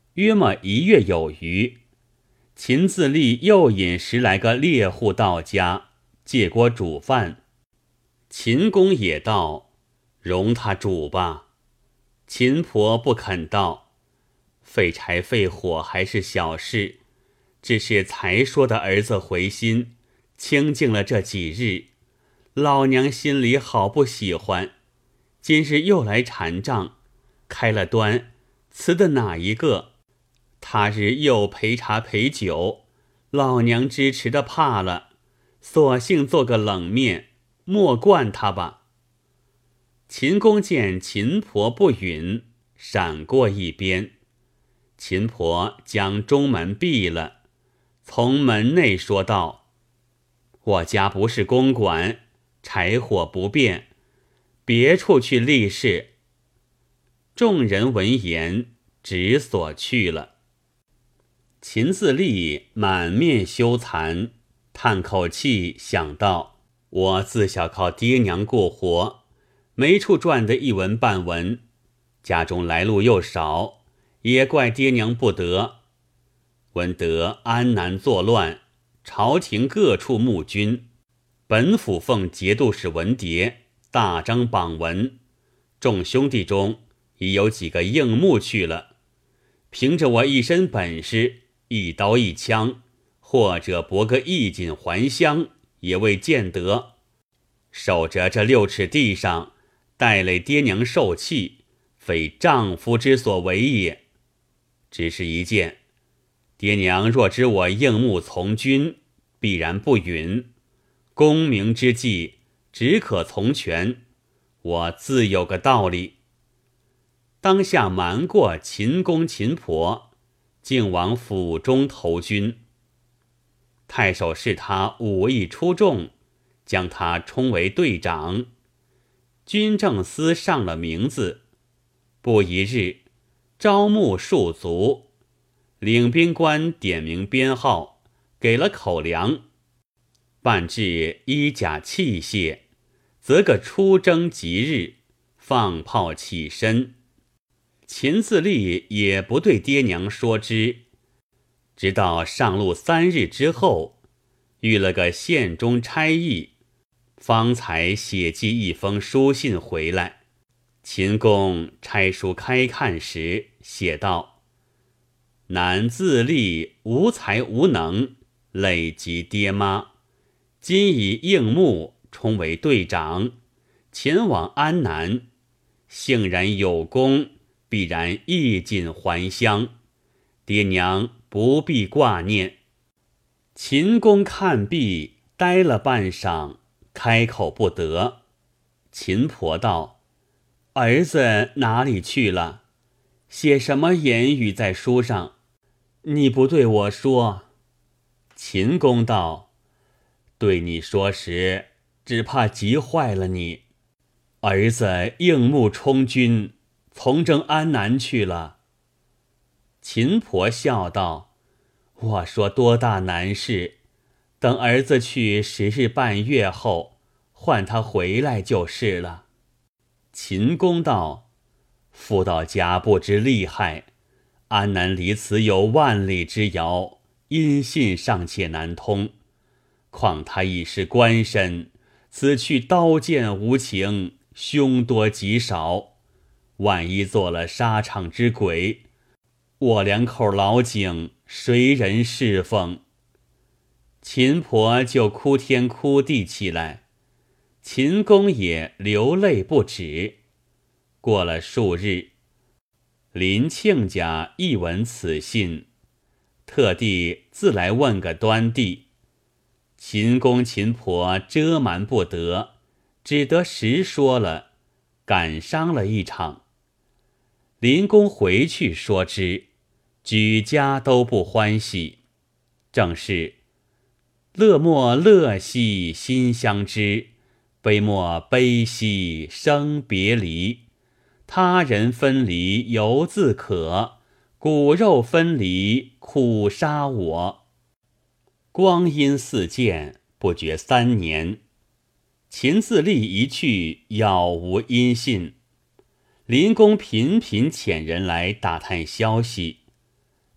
约么1月有余，秦自立又引10来个猎户到家，借锅煮饭。秦公也道：容他煮吧。秦婆不肯道：废柴废火还是小事，只是才说的儿子回心，清静了这几日，老娘心里好不喜欢。今日又来缠账，开了端，辞的哪一个？他日又陪茶陪酒，老娘支持的怕了，索性做个冷面，莫惯他吧。秦公见秦婆不允，闪过一边。秦婆将中门闭了，从门内说道：我家不是公馆，柴火不便，别处去立事。众人闻言，只所去了。秦自立满面羞惭，叹口气，想到：我自小靠爹娘过活，没处赚得一文半文，家中来路又少，也怪爹娘不得。闻得安南作乱，朝廷各处募军，本府奉节度使文牒，大张榜文，众兄弟中已有几个应募去了。凭着我一身本事，一刀一枪，或者搏个衣锦还乡，也未见得。守着这6尺地上，带累爹娘受气，非丈夫之所为也。只是一件，爹娘若知我应募从军，必然不允。功名之计，只可从权，我自有个道理。当下瞒过秦公秦婆，竟往府中投军。太守视他武艺出众，将他充为队长。军政司上了名字，不一日，招募戍卒，领兵官点名编号，给了口粮，办至衣甲器械，择个出征吉日，放炮起身。秦自立也不对爹娘说知，直到上路3日之后，遇了个县中差役，方才写寄一封书信回来。秦公差书开看时，写道：男自立无才无能，累及爹妈，今以应募充为队长，前往安南，幸然有功，必然衣锦还乡，爹娘不必挂念。秦公看毕，呆了半晌，开口不得。秦婆道：儿子哪里去了？写什么言语在书上？你不对我说。秦公道：对你说时，只怕急坏了你。儿子应募充军，从征安南去了。秦婆笑道：我说多大难事，等儿子去10日半月后，唤他回来就是了。秦公道：夫道家不知厉害，安南离此有万里之遥，音信尚且难通，况他已是官身，此去刀剑无情，凶多吉少，万一做了沙场之鬼，我2口老井谁人侍奉？秦婆就哭天哭地起来，秦公也流泪不止。过了数日，林亲家一闻此信，特地自来问个端地。秦公秦婆遮瞒不得，只得实说了，感伤了一场。林公回去说之，举家都不欢喜。正是乐莫乐兮心相知，悲莫悲兮生别离。他人分离犹自可，骨肉分离苦杀我。光阴似箭，不觉3年。秦自立一去，杳无音信。林公频频遣人来打探消息，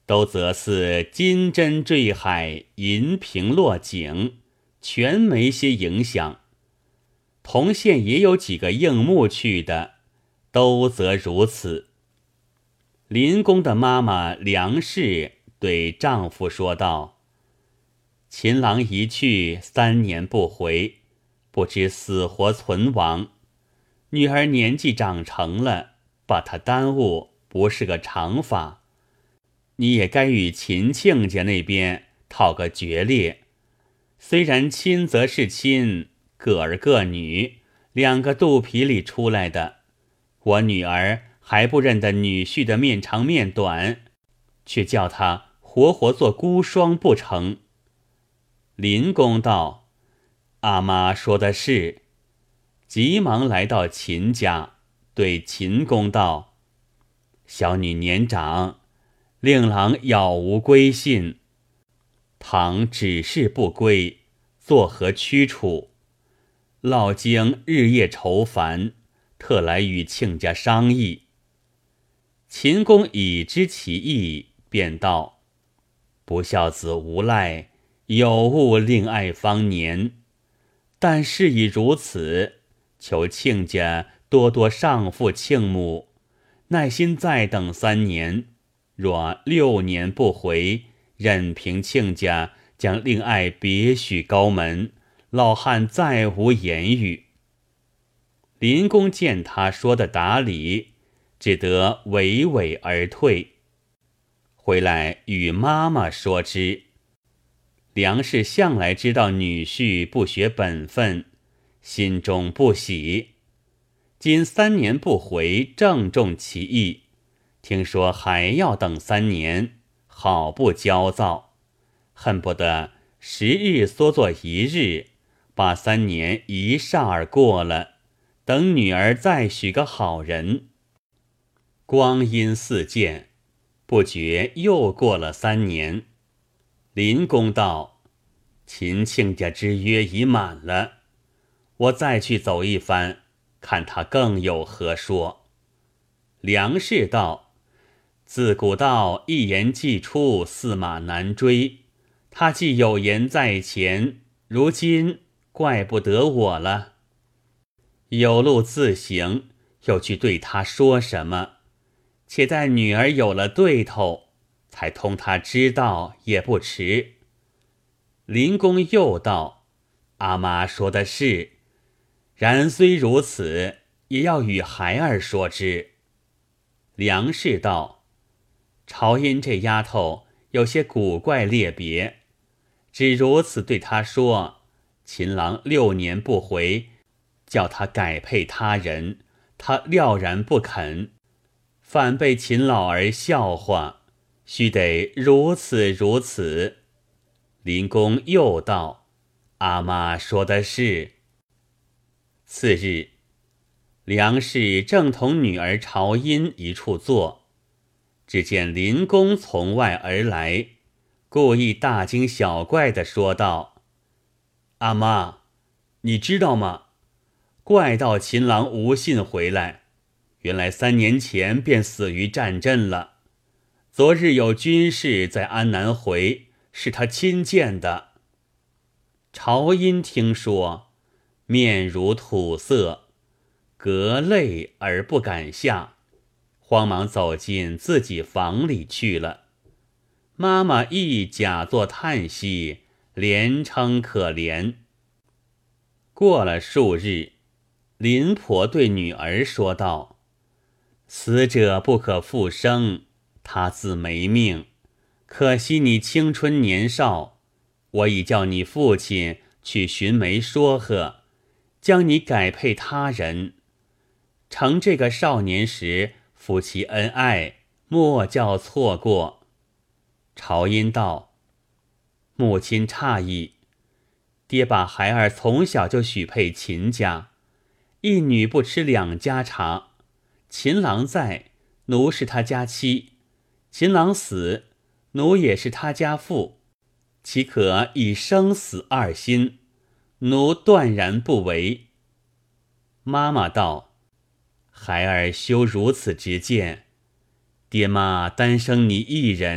都则似金针坠海，银瓶落井，全没些影响。同县也有几个应募去的，都则如此。林公的妈妈梁氏对丈夫说道：秦郎一去3年不回，不知死活存亡。女儿年纪长成了，把她耽误不是个常法。你也该与秦亲家那边讨个决裂。虽然亲则是亲，各儿各女，2个肚皮里出来的，我女儿还不认得女婿的面长面短，却叫他活活做孤孀不成。林公道：阿妈说的是。急忙来到秦家，对秦公道：小女年长，令郎杳无归信，倘只是不归，作何驱处？老经日夜愁烦，特来与亲家商议。秦公已知其意，便道：不孝子无赖，有误令爱方年。但事已如此，求亲家多多上父庆母，耐心再等3年。若6年不回，任凭亲家将令爱别许高门，老汉再无言语。林公见他说的打理，只得娓娓而退。回来与妈妈说之。梁氏向来知道女婿不学本分，心中不喜。今3年不回，正中其意。听说还要等3年，好不焦躁，恨不得10日缩作1日，把3年一霎而过了，等女儿再许个好人。光阴似箭，不觉又过了3年。林公道：秦亲家之约已满了，我再去走一番，看他更有何说。梁氏道：自古道一言既出，驷马难追。他既有言在前，如今怪不得我了。有路自行，又去对他说什么？且待女儿有了对头，才通他知道也不迟。林公又道：阿妈说的是，然虽如此，也要与孩儿说之。梁氏道：朝音这丫头有些古怪列别，只如此对她说，秦郎6年不回，叫他改配他人，他料然不肯，反被秦老儿笑话，须得如此如此。林公又道：阿妈说的是。次日，梁氏正同女儿朝音一处坐，只见林公从外而来，故意大惊小怪地说道：阿妈，你知道吗？怪道秦郎无信回来，原来3年前便死于战阵了。昨日有军士在安南回，是他亲见的。朝音听说，面如土色，隔泪而不敢下，慌忙走进自己房里去了。妈妈亦假作叹息，连称可怜。过了数日，林婆对女儿说道：死者不可复生，他自没命，可惜你青春年少，我已叫你父亲去寻媒说和，将你改配他人。乘这个少年时，夫妻恩爱，莫叫错过。朝音道：母亲诧异，爹把孩儿从小就许配秦家，一女不吃2家茶。秦郎在，奴是他家妻；秦郎死，奴也是他家妇，岂可以生死2心？奴断然不为。妈妈道：孩儿休如此直见，爹妈单生你一人，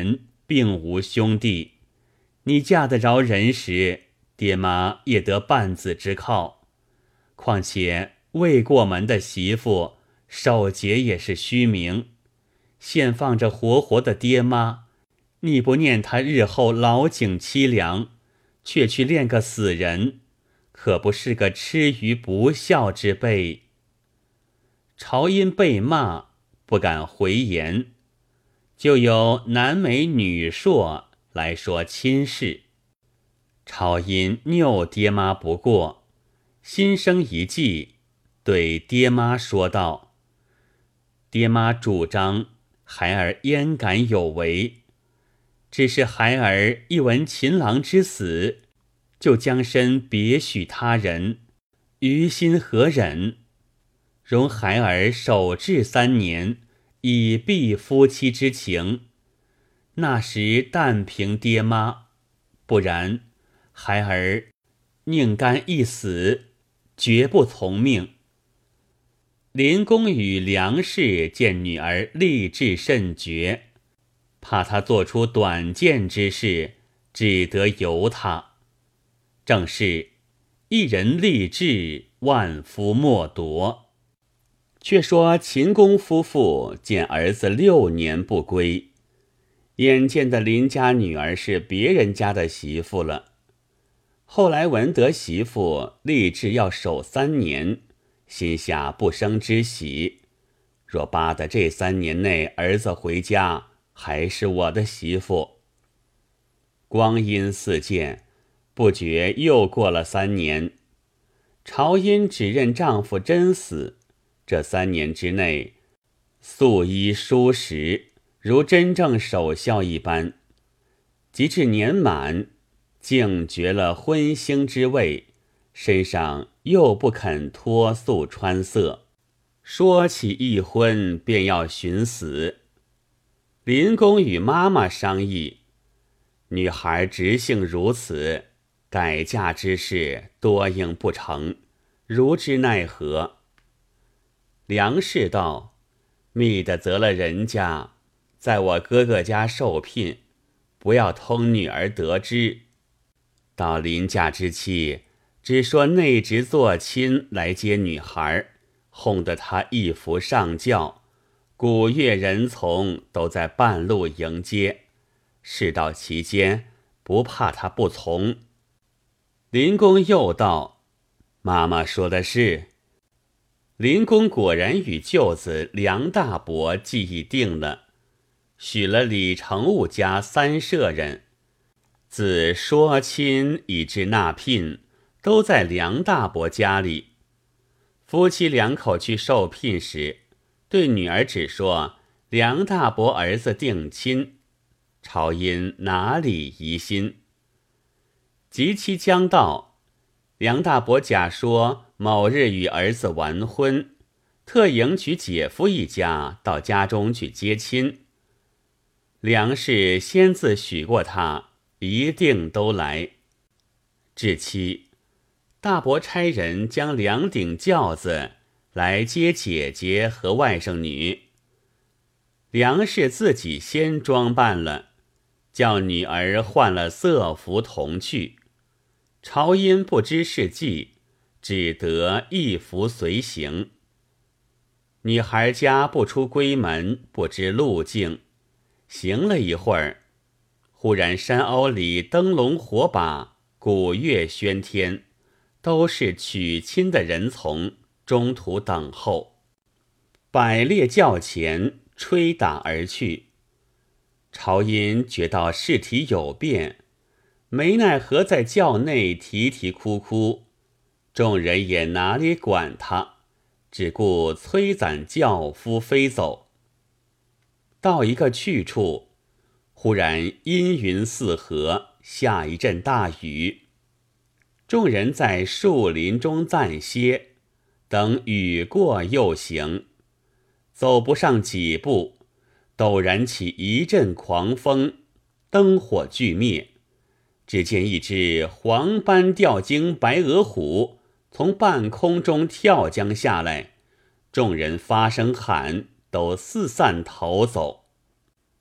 并无兄弟，你嫁得着人时，爹妈也得半子之靠。况且未过门的媳妇，守节也是虚名。现放着活活的爹妈，你不念他日后老景凄凉，却去恋个死人，可不是个痴愚不孝之辈。朝因被骂，不敢回言，就有男媒女硕来说亲事。朝因拗爹妈不过，心生一计，对爹妈说道：爹妈主张孩儿焉敢有违，只是孩儿一闻秦郎之死，就将身别许他人，于心何忍？容孩儿守制3年，以避夫妻之情。那时但凭爹妈，不然孩儿宁甘一死，绝不从命。林公与梁氏见女儿立志甚决，怕她做出短见之事，只得由她。正是一人立志，万夫莫夺。却说秦公夫妇见儿子6年不归，眼见的林家女儿是别人家的媳妇了。后来闻得媳妇立志要守3年，心下不生之喜。若巴得这3年内儿子回家，还是我的媳妇。光阴似箭，不觉又过了3年。朝因只认丈夫真死，这3年之内，素衣舒食，如真正守孝一般。及至年满，竟绝了荤腥之味，身上又不肯脱素穿色，说起一婚便要寻死。林公与妈妈商议，女孩直性如此，改嫁之事多应不成，如之奈何？梁氏道：密的择了人家，在我哥哥家受聘，不要通女儿得知。到临嫁之期，只说内侄做亲来接女孩，哄得她一服上轿，鼓乐人从都在半路迎接。事到其间，不怕她不从。林公又道：妈妈说的是。林公果然与舅子梁大伯计议定了，许了李成武家3舍人，自说亲以至纳聘，都在梁大伯家里。夫妻2口去受聘时，对女儿只说梁大伯儿子定亲，朝因哪里疑心。及期将到，梁大伯假说某日与儿子完婚，特迎娶姐夫一家到家中去接亲。梁氏先自许过他，一定都来。至期，大伯差人将2顶轿子来接姐姐和外甥女。梁氏自己先装扮了，叫女儿换了色服同去。朝因不知是计，只得一服随行。女孩家不出闺门，不知路径，行了一会儿，忽然山坳里灯笼火把，鼓乐喧天，都是娶亲的人从，中途等候，摆列轿前，吹打而去。朝因觉到事体有变，没奈何在轿内啼啼哭哭，众人也哪里管他，只顾催攒轿夫飞走。到一个去处，忽然阴云四合，下一阵大雨。众人在树林中暂歇，等雨过又行。走不上几步，陡然起一阵狂风，灯火俱灭。只见一只黄斑吊睛白额虎从半空中跳江下来，众人发声喊，都四散逃走。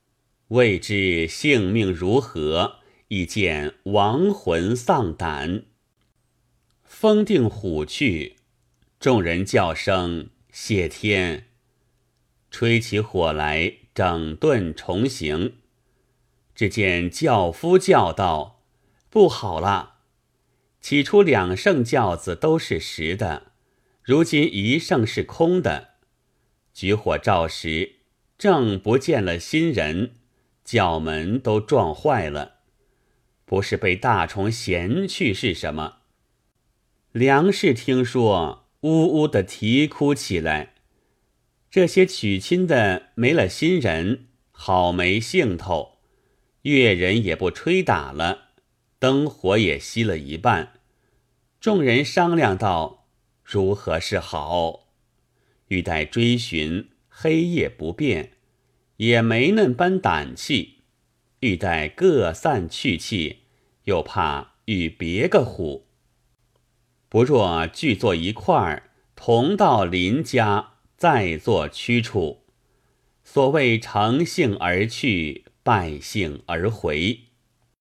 未知性命如何，亦见亡魂丧胆。封定虎去，众人叫声谢天，吹起火来，整顿重行。只见轿夫叫道：不好了！起初2乘轿子都是实的，如今1乘是空的。举火照时，正不见了新人，轿门都撞坏了，不是被大虫衔去是什么？梁氏听说，呜呜地啼哭起来。这些娶亲的没了新人，好没兴头，乐人也不吹打了，灯火也熄了一半。众人商量道：如何是好？欲待追寻，黑夜不变，也没那般胆气。欲待各散去气，又怕遇别个虎。不若聚坐一块儿，同到邻家，再做驱处。所谓乘兴而去，败兴而回。